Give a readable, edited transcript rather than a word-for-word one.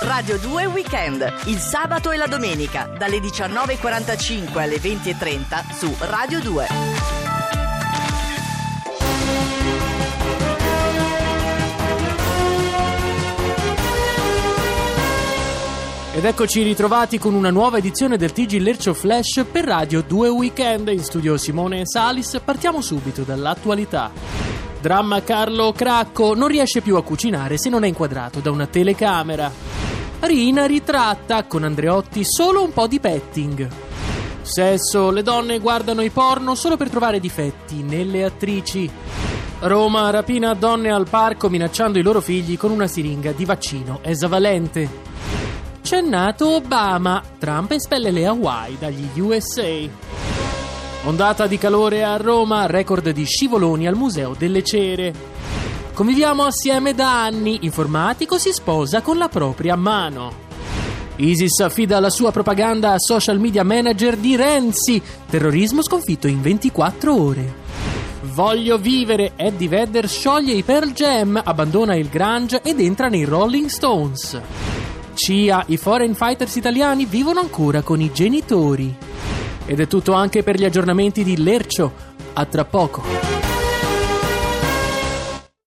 Radio 2 Weekend, il sabato e la domenica, dalle 19.45 alle 20.30 su Radio 2. Ed eccoci ritrovati con una nuova edizione del TG Lercio Flash per Radio 2 Weekend. In studio Simone e Salis. Partiamo subito dall'attualità. Dramma Carlo Cracco, non riesce più a cucinare se non è inquadrato da una telecamera. Rina ritratta con Andreotti solo un po' di petting. Sesso, le donne guardano i porno solo per trovare difetti nelle attrici. Roma rapina donne al parco minacciando i loro figli con una siringa di vaccino esavalente. C'è nato Obama, Trump espelle le Hawaii dagli USA. Ondata di calore a Roma, record di scivoloni al Museo delle Cere. Conviviamo assieme da anni, informatico si sposa con la propria mano. ISIS affida la sua propaganda a social media manager di Renzi, terrorismo sconfitto in 24 ore. Voglio vivere, Eddie Vedder scioglie i Pearl Jam, abbandona il grunge ed entra nei Rolling Stones. CIA, i foreign fighters italiani vivono ancora con i genitori. Ed è tutto anche per gli aggiornamenti di Lercio. A tra poco.